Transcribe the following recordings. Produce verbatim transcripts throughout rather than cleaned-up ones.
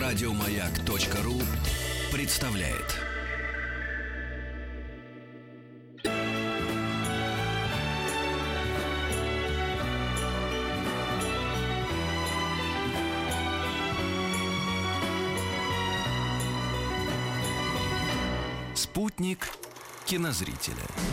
Радиомаяк.ру представляет. Спутник кинозрителя.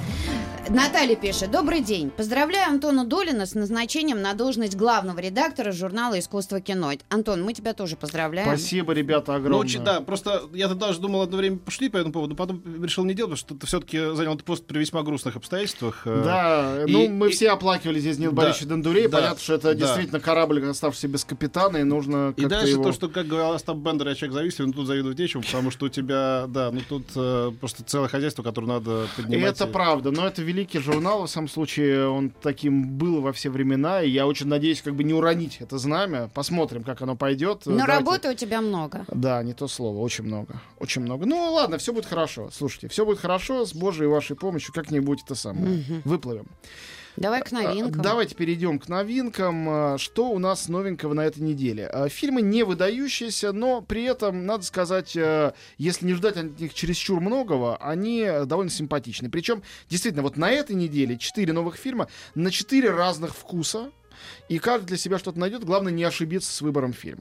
Наталья пишет: добрый день. Поздравляю Антона Долина с назначением на должность главного редактора журнала «Искусство кино». Антон, мы тебя тоже поздравляем. Спасибо, ребята, огромное. Ну, очень, да, просто я даже думал одно время пошутить по этому поводу, потом решил не делать, потому что ты все-таки занял этот пост при весьма грустных обстоятельствах. Да, и, ну мы и, все оплакивали здесь Нил да, Борисовича Дондурей. Да, понятно, что это да. действительно корабль, оставшийся без капитана, и нужно как-то И дальше его... то, что, как говорил Остап Бендер, я человек завистлив, но тут завидовать нечему, потому что у тебя, да, ну тут э, просто целое хозяйство, которое надо поднимать. Это правда, но это великий журнал, в самом случае он таким был во все времена, и я очень надеюсь как бы не уронить это знамя. Посмотрим, как оно пойдет. Но Давайте... работы у тебя много. Да, не то слово, очень много, очень много. Ну ладно, все будет хорошо, слушайте, все будет хорошо, с Божьей вашей помощью как-нибудь это самое, угу. выплывем. Давай к новинкам. Давайте перейдем к новинкам. Что у нас новенького на этой неделе? Фильмы не выдающиеся, но при этом, надо сказать, если не ждать от них чересчур многого, они довольно симпатичны. Причем, действительно, вот на этой неделе четыре новых фильма на четыре разных вкуса. И каждый для себя что-то найдет. Главное, не ошибиться с выбором фильма.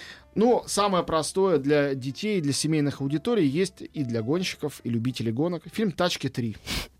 Ну, самое простое для детей, для семейных аудиторий есть и для гонщиков, и любителей гонок. Фильм «Тачки три».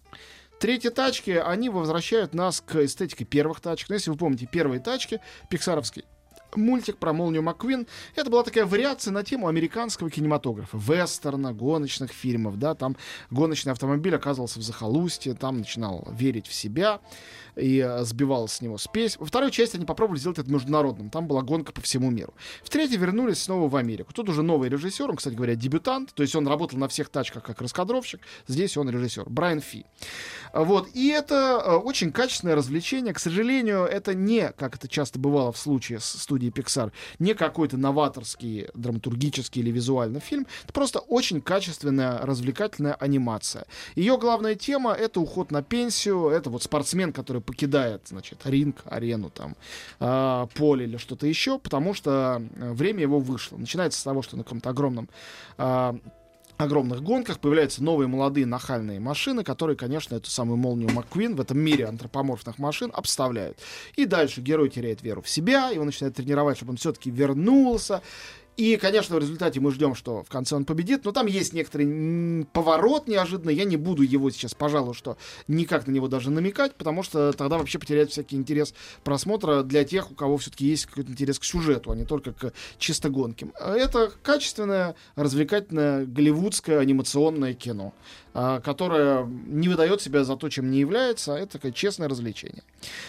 Третьи тачки, они возвращают нас к эстетике первых тачек. Ну, если вы помните, первые тачки, пиксаровский мультик про Молнию Маккуин, это была такая вариация на тему американского кинематографа, вестерна, гоночных фильмов, да, там гоночный автомобиль оказывался в захолустье, там начинал верить в себя и э, сбивал с него спесь. Во второй части они попробовали сделать это международным, там была гонка по всему миру. В третьей вернулись снова в Америку. Тут уже новый режиссер, он, кстати говоря, дебютант, то есть он работал на всех тачках как раскадровщик, здесь он режиссер, Брайан Фи. Вот, и это э, очень качественное развлечение, к сожалению, это не, как это часто бывало в случае с студией Pixar, не какой-то новаторский, драматургический или визуальный фильм. Это просто очень качественная, развлекательная анимация. Ее главная тема — это уход на пенсию, это вот спортсмен, который покидает, значит, ринг, арену, там, э, поле или что-то еще, потому что время его вышло. Начинается с того, что на каком-то огромном э, огромных гонках появляются новые молодые нахальные машины, которые, конечно, эту самую Молнию Маккуин в этом мире антропоморфных машин обставляют. И дальше герой теряет веру в себя, его начинает тренировать, чтобы он все-таки вернулся. И, конечно, в результате мы ждем, что в конце он победит, но там есть некоторый м- поворот неожиданный. Я не буду его сейчас, пожалуй, что никак на него даже намекать, потому что тогда вообще потеряет всякий интерес просмотра для тех, у кого все-таки есть какой-то интерес к сюжету, а не только к чисто гонке. Это качественное, развлекательное, голливудское анимационное кино, которое не выдает себя за то, чем не является. Это такое честное развлечение.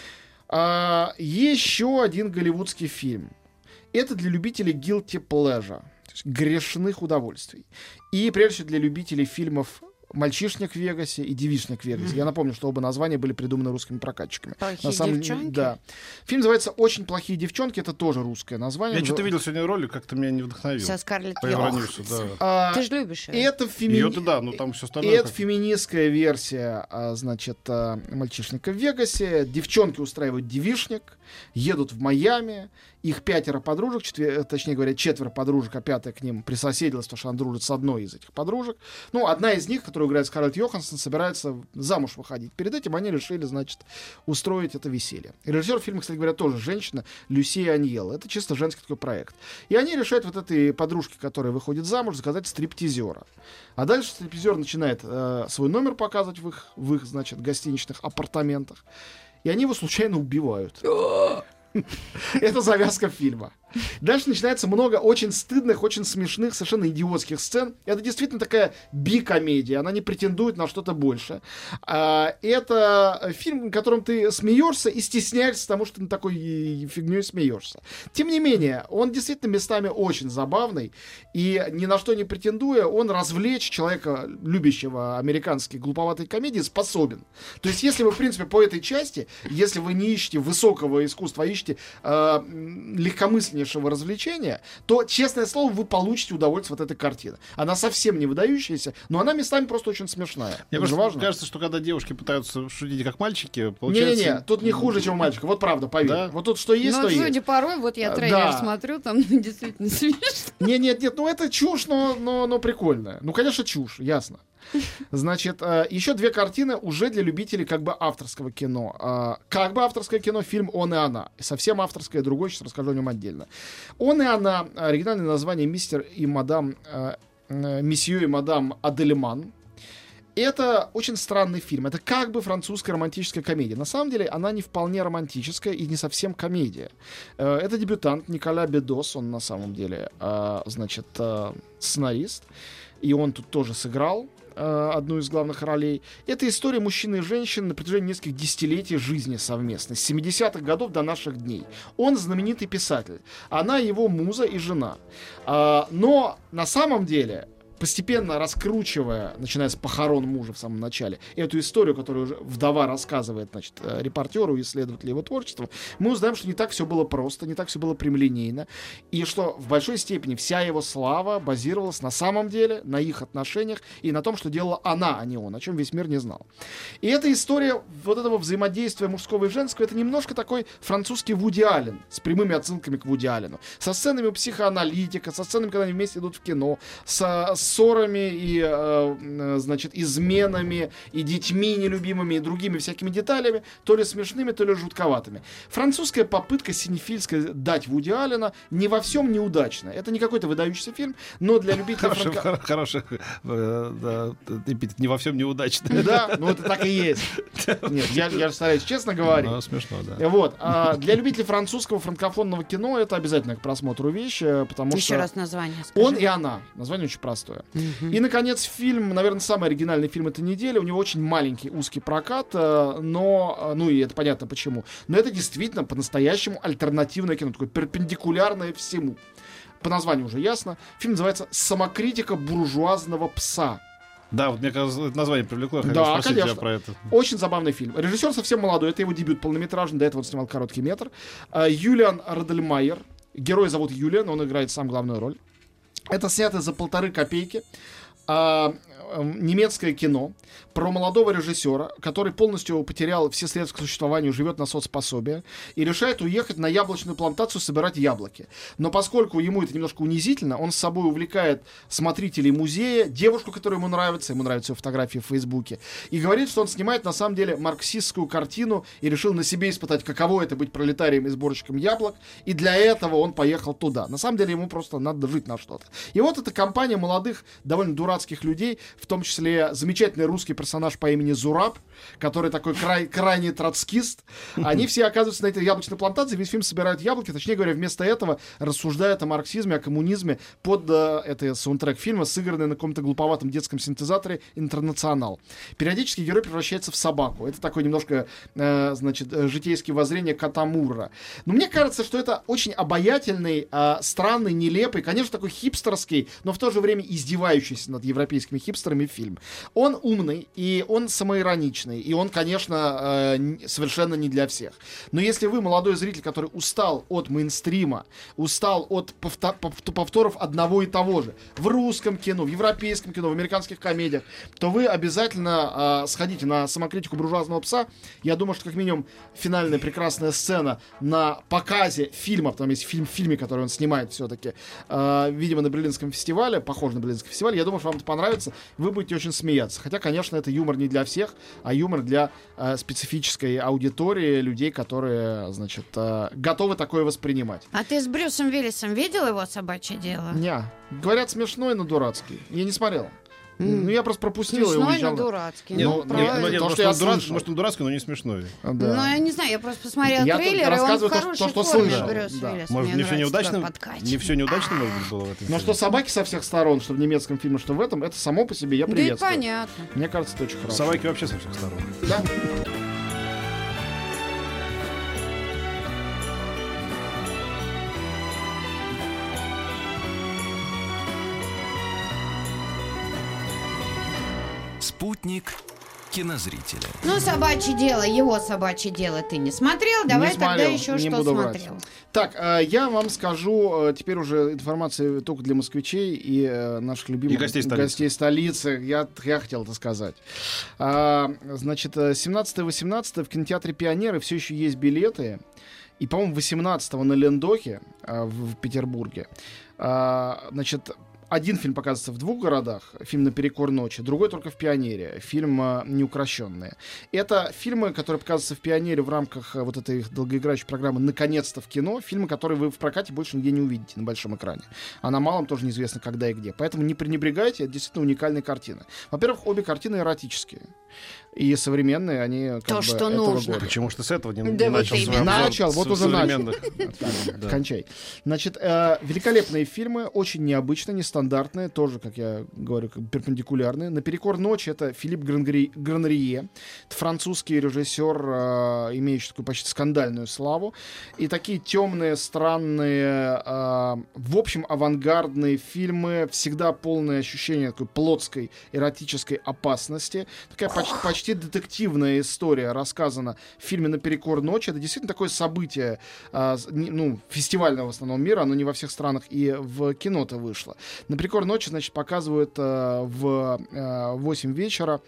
Еще один голливудский фильм. Это для любителей guilty pleasure, то есть грешных удовольствий. И, прежде всего, для любителей фильмов «Мальчишник в Вегасе» и «Девичник в Вегасе». Mm-hmm. Я напомню, что оба названия были придуманы русскими прокатчиками. «Плохие На самом... девчонки»? Да. Фильм называется «Очень плохие девчонки». Это тоже русское название. Я что-то видел сегодня ролик, как-то меня не вдохновил. Со Скарлетт Йоханссон. Да. А, Ты же любишь ее. Это феми... Ее-то да, но там все остальное. Это феминистская версия, значит, «Мальчишника в Вегасе». Девчонки устраивают девичник, едут в Майами. Их пятеро подружек, четвер... точнее говоря, четверо подружек, а пятая к ним присоседилась, потому что она дружит с одной из этих подружек. Ну, одна из них, которую играет Скарлетт Йоханссон, собирается замуж выходить. Перед этим они решили, значит, устроить это веселье. И режиссер фильма, кстати говоря, тоже женщина, Люсия Аньелла. Это чисто женский такой проект. И они решают вот этой подружке, которая выходит замуж, заказать стриптизера. А дальше стриптизер начинает э, свой номер показывать в их, в их, значит, гостиничных апартаментах. И они его случайно убивают. Это завязка фильма. Дальше начинается много очень стыдных, очень смешных, совершенно идиотских сцен. Это действительно такая би-комедия, она не претендует на что-то большее. Это фильм, в котором ты смеешься и стесняешься, потому что ты на такой фигней смеешься. Тем не менее, он действительно местами очень забавный, и ни на что не претендуя, он развлечь человека, любящего американские глуповатые комедии, способен. То есть, если вы, в принципе, по этой части, если вы не ищете высокого искусства, а ищете э, легкомыслия прекраснейшего развлечения, то, честное слово, вы получите удовольствие от этой картины. Она совсем не выдающаяся, но она местами просто очень смешная. Мне Это просто же важно. кажется, что когда девушки пытаются шутить как мальчики, получается... Не-не-не, тут не хуже, чем у мальчика. Вот правда, поверь. Да? Вот тут что есть, Ну, то судя есть. порой, вот я А, трейлер да. смотрю, там действительно смешно. Не, нет, нет, ну это чушь, но, но, но прикольная. Ну, конечно, чушь, ясно. Значит, э, еще две картины уже для любителей как бы авторского кино. Э, как бы авторское кино, фильм «Он и она». Совсем авторское, другое, сейчас расскажу о нем отдельно. «Он и она», оригинальное название «Мистер и мадам», э, э, «Месье и мадам Адельман». Это очень странный фильм. Это как бы французская романтическая комедия. На самом деле она не вполне романтическая и не совсем комедия. Э, Это дебютант Николя Бедос, он на самом деле, э, значит, э, сценарист. И он тут тоже сыграл э, одну из главных ролей. Это история мужчины и женщины на протяжении нескольких десятилетий жизни совместной, с семидесятых годов до наших дней. Он знаменитый писатель. Она его муза и жена. Э, но на самом деле... постепенно раскручивая, начиная с похорон мужа в самом начале, эту историю, которую уже вдова рассказывает, значит, э, репортеру, исследователю его творчества, мы узнаем, что не так все было просто, не так все было прямолинейно, и что в большой степени вся его слава базировалась на самом деле на их отношениях и на том, что делала она, а не он, о чем весь мир не знал. И эта история вот этого взаимодействия мужского и женского, это немножко такой французский Вуди Аллен, с прямыми отсылками к Вуди Аллену, со сценами психоаналитика, со сценами, когда они вместе идут в кино, со ссорами и, э, значит, изменами, и детьми нелюбимыми, и другими всякими деталями, то ли смешными, то ли жутковатыми. Французская попытка синефильская дать Вуди Аллена не во всем неудачная. Это не какой-то выдающийся фильм, но для любителей Хороший, франко... хороший, э, да, эпитет, не во всем неудачно. Да, ну это так и есть. Нет, я, я же стараюсь честно говорить. Ну, смешно, да. Вот. А для любителей французского франкофонного кино это обязательно к просмотру вещь, э, потому Еще что... раз название скажи. Он и она. Название очень простое. Мгм. И, наконец, фильм, наверное, самый оригинальный фильм этой недели. У него очень маленький, узкий прокат, э, но, э, ну и это понятно почему. Но это действительно по-настоящему альтернативное кино, такое перпендикулярное всему. По названию уже ясно. Фильм называется «Самокритика буржуазного пса». Да, вот мне кажется, это название привлекло, я хотел Да, спросить конечно. тебя про это. Очень забавный фильм. Режиссер совсем молодой, это его дебют полнометражный, до этого он снимал короткий метр. Э, Юлиан Родельмайер. Герой зовут Юлиан, он играет сам главную роль. Это снято за полторы копейки. А, э, немецкое кино про молодого режиссера, который полностью потерял все средства к существованию, живет на соцпособие и решает уехать на яблочную плантацию собирать яблоки. Но поскольку ему это немножко унизительно, он с собой увлекает смотрителей музея, девушку, которая ему нравится, ему нравятся ее фотографии в Фейсбуке, и говорит, что он снимает на самом деле марксистскую картину и решил на себе испытать, каково это быть пролетарием и сборщиком яблок, и для этого он поехал туда. На самом деле ему просто надо жить на что-то. И вот эта компания молодых, довольно дурацких людей, в том числе замечательный русский персонаж по имени Зураб, который такой край, крайний троцкист, они все оказываются на этой яблочной плантации, весь фильм собирают яблоки, точнее говоря, вместо этого рассуждают о марксизме, о коммунизме под э, это саундтрек фильма, сыгранный на каком-то глуповатом детском синтезаторе «Интернационал». Периодически герой превращается в собаку. Это такое немножко, э, значит, э, житейское воззрение кота Мурра. Но мне кажется, что это очень обаятельный, э, странный, нелепый, конечно, такой хипстерский, но в то же время издевающийся над европейскими хипстерами фильм. Он умный, и он самоироничный, и он, конечно, э, совершенно не для всех. Но если вы молодой зритель, который устал от мейнстрима, устал от повтор- повторов одного и того же в русском кино, в европейском кино, в американских комедиях, то вы обязательно э, сходите на «Самокритику буржуазного пса». Я думаю, что как минимум финальная прекрасная сцена на показе фильма, там есть фильм в фильме, который он снимает все-таки, э, видимо, на Берлинском фестивале, похоже на Берлинский фестиваль. Я думаю, что вам это понравится, вы будете очень смеяться. Хотя, конечно, это юмор не для всех, а юмор для э, специфической аудитории, людей, которые, значит, э, готовы такое воспринимать. А ты с Брюсом Уиллисом видел его «Собачье дело»? Ня. Говорят, смешной, но дурацкий. Я не смотрел. М. Ну, я просто пропустил и Смешной, уезжал. но дурацкий. Нет, Ну, ну, нет, правильно. ну, нет, То, может, что я он дурацкий, слышал. может, он дурацкий, но не смешной. Да. Ну, я не знаю, я просто посмотрела Я трейлер, только и он в рассказываю то, хорошей что- то, что форме, слышал. Брюс Да. Уиллис. Может, Мне не все нравится, неудачно, как подкачивает. не все неудачно, может быть, было в этом Но фильме? что собаки со всех сторон, что в немецком фильме, что в этом, это само по себе я Да и приветствую. понятно. Мне кажется, это очень хорошо. Собаки вообще со всех сторон. Да. Спутник кинозрителя. Ну, собачье дело, его собачье дело ты не смотрел. Давай Не тогда смотрел, еще не что буду врать. смотрел. Так, э, я вам скажу э, теперь уже информацию только для москвичей и э, наших любимых И гостей столицы. гостей столицы. Я, я хотел это сказать. А, значит, семнадцатого-восемнадцатого в кинотеатре «Пионеры» все еще есть билеты. И, по-моему, восемнадцатого на Лендоке э, в, в Петербурге. А, значит, один фильм показывается в двух городах, фильм «Наперекор ночи», другой только в «Пионере», фильм э, «Неукрощенные». Это фильмы, которые показываются в «Пионере» в рамках э, вот этой их долгоиграющей программы «Наконец-то в кино», фильмы, которые вы в прокате больше нигде не увидите на большом экране. А на малом тоже неизвестно, когда и где. Поэтому не пренебрегайте, это действительно уникальные картины. Во-первых, обе картины эротические. И современные, они как То, бы что этого нужно. года. Почему ж ты с этого не, Да не вот начал именно. свой обзор Начал, вот с- уже начал. современных? Да. Кончай. Значит, э, великолепные фильмы, очень необычные, нестандартные, тоже, как я говорю, как бы перпендикулярные. «Наперекор ночи» — это Филипп Грангри- Гранрие, это французский режиссер, э, имеющий такую почти скандальную славу. И такие темные, странные, э, в общем, авангардные фильмы, всегда полное ощущение такой плотской, эротической опасности. Такая почти, почти детективная история рассказана в фильме «Наперекор ночи». Это действительно такое событие, э, не- ну, фестивального в основном мира, оно не во всех странах и в кино-то вышло. «Наперекор ночи», значит, показывают э, в э, восемь вечера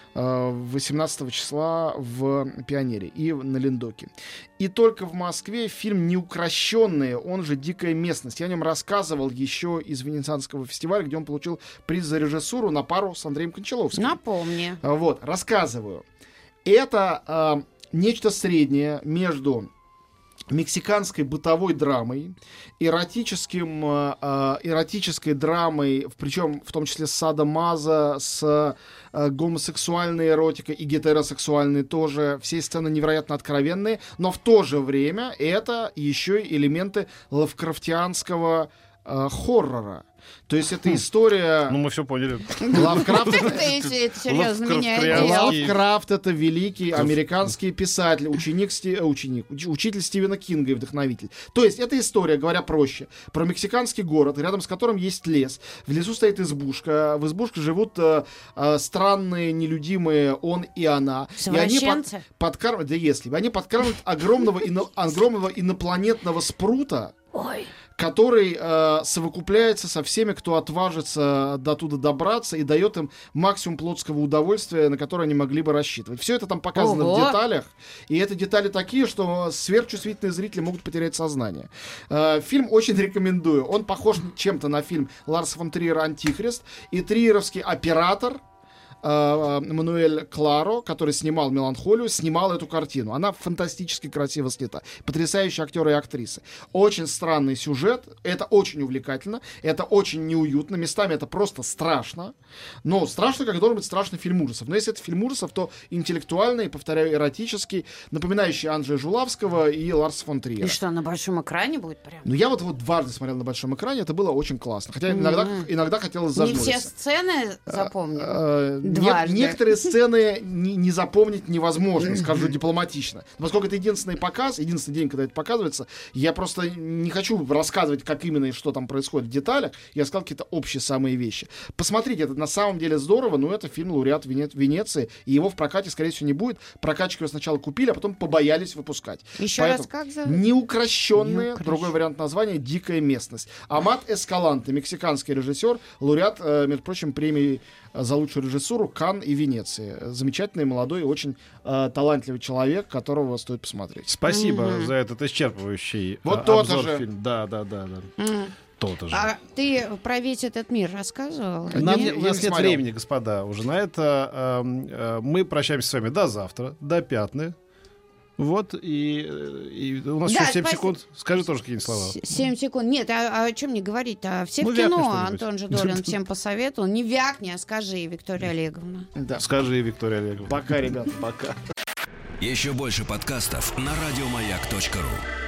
э, восемнадцатого числа в «Пионере» и на Лендоке. И только в Москве фильм «Неукрощенные», он же «Дикая местность». Я о нем рассказывал еще из Венецианского фестиваля, где он получил приз за режиссуру на пару с Андреем Кончаловским. Напомни. А, Вот, рассказываю. Это э, нечто среднее между мексиканской бытовой драмой, эротическим, э, э, эротической драмой, причем в том числе с садо-мазо, с э, гомосексуальной эротикой и гетеросексуальной тоже. Все сцены невероятно откровенные, но в то же время это еще и элементы лавкрафтианского э, хоррора. То есть это история... Ну, мы все поняли. Лавкрафт это- Это это серьезно Лавкрафт меняет реально. дело. Лавкрафт — это великий американский писатель, ученик, Сти- э, ученик, уч- учитель Стивена Кинга и вдохновитель. То есть это история, говоря проще, про мексиканский город, рядом с которым есть лес. В лесу стоит избушка, в избушке живут э, э, странные, нелюдимые он и она. И они под, Совращенцы? подкармливают, да если бы, они подкармливают огромного, ино- огромного инопланетного спрута, Ой. который э, совокупляется со всеми, кто отважится до туда добраться и дает им максимум плотского удовольствия, на которое они могли бы рассчитывать. Все это там показано Ого. в деталях, и это детали такие, что сверхчувствительные зрители могут потерять сознание. Э, фильм очень рекомендую. Он похож чем-то на фильм Ларса фон Триера «Антихрист», и триеровский оператор э, Мануэль Кларо, который снимал «Меланхолию», снимал эту картину. Она фантастически красиво снята. Потрясающие актеры и актрисы. Очень странный сюжет. Это очень увлекательно. Это очень неуютно. Местами это просто страшно. Но страшно, как должен быть страшный фильм ужасов. Но если это фильм ужасов, то интеллектуальный, повторяю, эротический, напоминающий Анджея Жулавского и Ларса фон Триера. И что, на большом экране будет прям? Ну, я вот, вот дважды смотрел на большом экране, это было очень классно. Хотя иногда, иногда хотелось Не зажмуриться. все сцены запомнил. Э, не- Дважды. некоторые сцены не, не запомнить невозможно, скажу дипломатично. Поскольку это единственный показ, единственный день, когда это показывается, я просто не хочу рассказывать, как именно и что там происходит в деталях. Я сказал какие-то общие самые вещи. Посмотрите, это на самом деле здорово, но это фильм «Лауреат Вене- Венеции», и его в прокате, скорее всего, не будет. Прокатчики его сначала купили, а потом побоялись выпускать. Еще Поэтому раз как зовут? «Неукрощенные», Неукрощенные. другой вариант названия «Дикая местность». Амат Эскаланте, мексиканский режиссер, лауреат, э, между прочим, премии э, за лучшую режиссуру Канн и Венеции. Замечательный, молодой, очень э, талантливый человек, которого стоит посмотреть. Спасибо Мгм. за этот исчерпывающий Вот а, то-то обзор же. фильма. Да, да, да, да. М. То-то же. А ты про весь этот мир рассказывал? Нам, Я- у я нас не нет смотрел. времени, господа, уже на это. Эм, э, мы прощаемся с вами до завтра, до пятны. Вот, и, э, и у нас Да, еще семь спасибо. секунд. Скажи тоже какие-нибудь слова. С- Семь секунд. Нет, а, а о чем мне говорить-то? Все Ну, в вякни кино, что-нибудь. Антон Жидолин всем посоветовал. Не вякни, а скажи, Виктория Олеговна. Да. Скажи, Виктория Олеговна. Пока, ребята. Пока. Еще больше подкастов на радиомаяк точка ру.